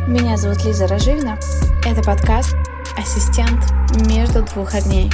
Меня зовут Лиза Роживина. Это подкаст «Ассистент между двух огней».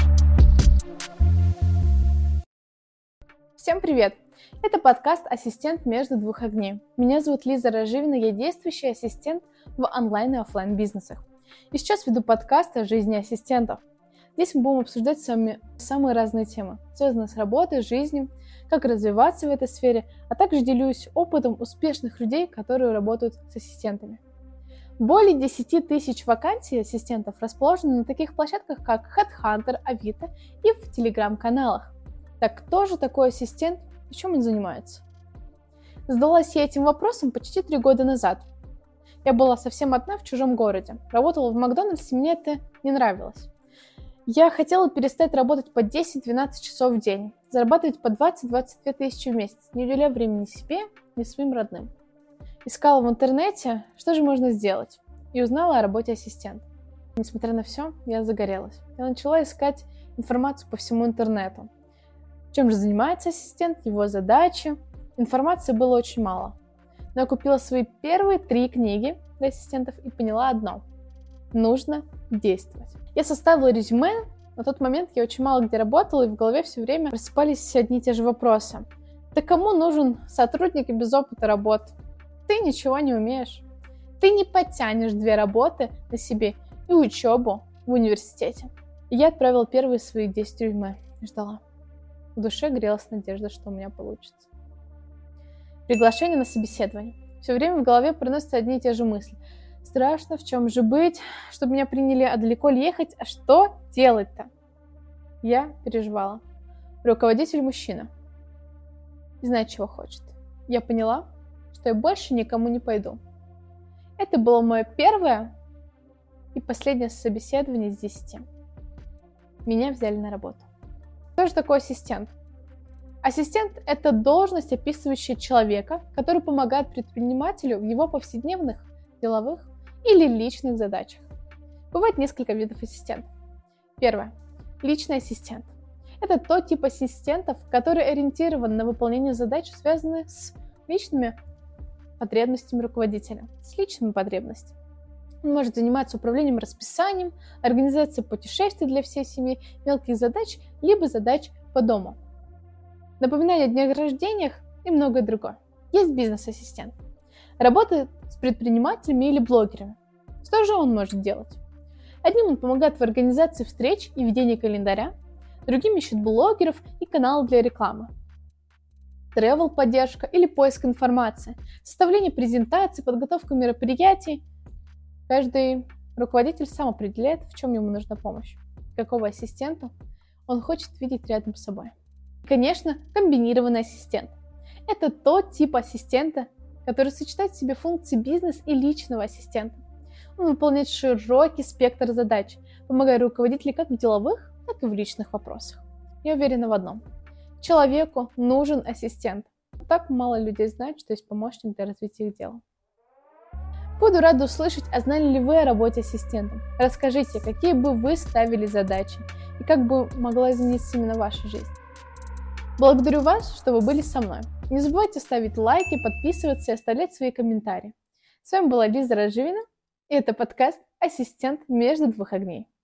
Всем привет! Это подкаст «Ассистент между двух огней». Меня зовут Лиза Роживина, я действующий ассистент в онлайн и офлайн бизнесах. И сейчас веду подкаст о жизни ассистентов. Здесь мы будем обсуждать с вами самые разные темы, связанные с работой, жизнью, как развиваться в этой сфере, а также делюсь опытом успешных людей, которые работают с ассистентами. Более 10 тысяч вакансий ассистентов расположены на таких площадках, как HeadHunter, Авито и в телеграм-каналах. Так кто же такой ассистент и чем он занимается? Задалась я этим вопросом почти 3 года назад. Я была совсем одна в чужом городе, работала в Макдональдсе, мне это не нравилось. Я хотела перестать работать по 10-12 часов в день, зарабатывать по 20-22 тысячи в месяц, не уделяя времени себе, ни своим родным. Искала в интернете, что же можно сделать, и узнала о работе ассистента. Несмотря на все, я загорелась. Я начала искать информацию по всему интернету. Чем же занимается ассистент, его задачи. Информации было очень мало. Но я купила свои первые 3 книги для ассистентов и поняла одно. Нужно действовать. Я составила резюме. На тот момент я очень мало где работала, и в голове все время просыпались одни и те же вопросы. Так кому нужен сотрудник без опыта работы? Ты ничего не умеешь. Ты не подтянешь 2 работы на себе и учебу в университете. И я отправила первые свои 10 резюме и ждала. В душе грелась надежда, что у меня получится. Приглашение на собеседование. Все время в голове проносятся одни и те же мысли. Страшно, в чем же быть, чтобы меня приняли, а далеко ли ехать, а что делать-то? Я переживала. Руководитель мужчина. Не знает, чего хочет. Я поняла, что я больше никому не пойду. Это было мое первое и последнее собеседование из 10. Меня взяли на работу. Что же такое ассистент? Ассистент – это должность, описывающая человека, который помогает предпринимателю в его повседневных, деловых или личных задачах. Бывает несколько видов ассистентов. Первое. Личный ассистент. Это тот тип ассистентов, который ориентирован на выполнение задач, связанных с личными потребностями руководителя, с личными потребностями. Он может заниматься управлением расписанием, организацией путешествий для всей семьи, мелких задач, либо задач по дому. Напоминание о днях рождениях и многое другое. Есть бизнес-ассистент. Работает с предпринимателями или блогерами. Что же он может делать? Одним он помогает в организации встреч и ведении календаря, другим ищет блогеров и каналы для рекламы. Тревел-поддержка или поиск информации, составление презентаций, подготовка мероприятий. Каждый руководитель сам определяет, в чем ему нужна помощь, какого ассистента он хочет видеть рядом с собой. И, конечно, комбинированный ассистент. Это тот тип ассистента, который сочетает в себе функции бизнес и личного ассистента. Он выполняет широкий спектр задач, помогая руководителю как в деловых, так и в личных вопросах. Я уверена в одном. Человеку нужен ассистент. Так мало людей знают, что есть помощник для развития их дела. Буду рада услышать, а знали ли вы о работе ассистентом. Расскажите, какие бы вы ставили задачи и как бы могла измениться именно ваша жизнь. Благодарю вас, что вы были со мной. Не забывайте ставить лайки, подписываться и оставлять свои комментарии. С вами была Лиза Роживина, и это подкаст «Ассистент между двух огней».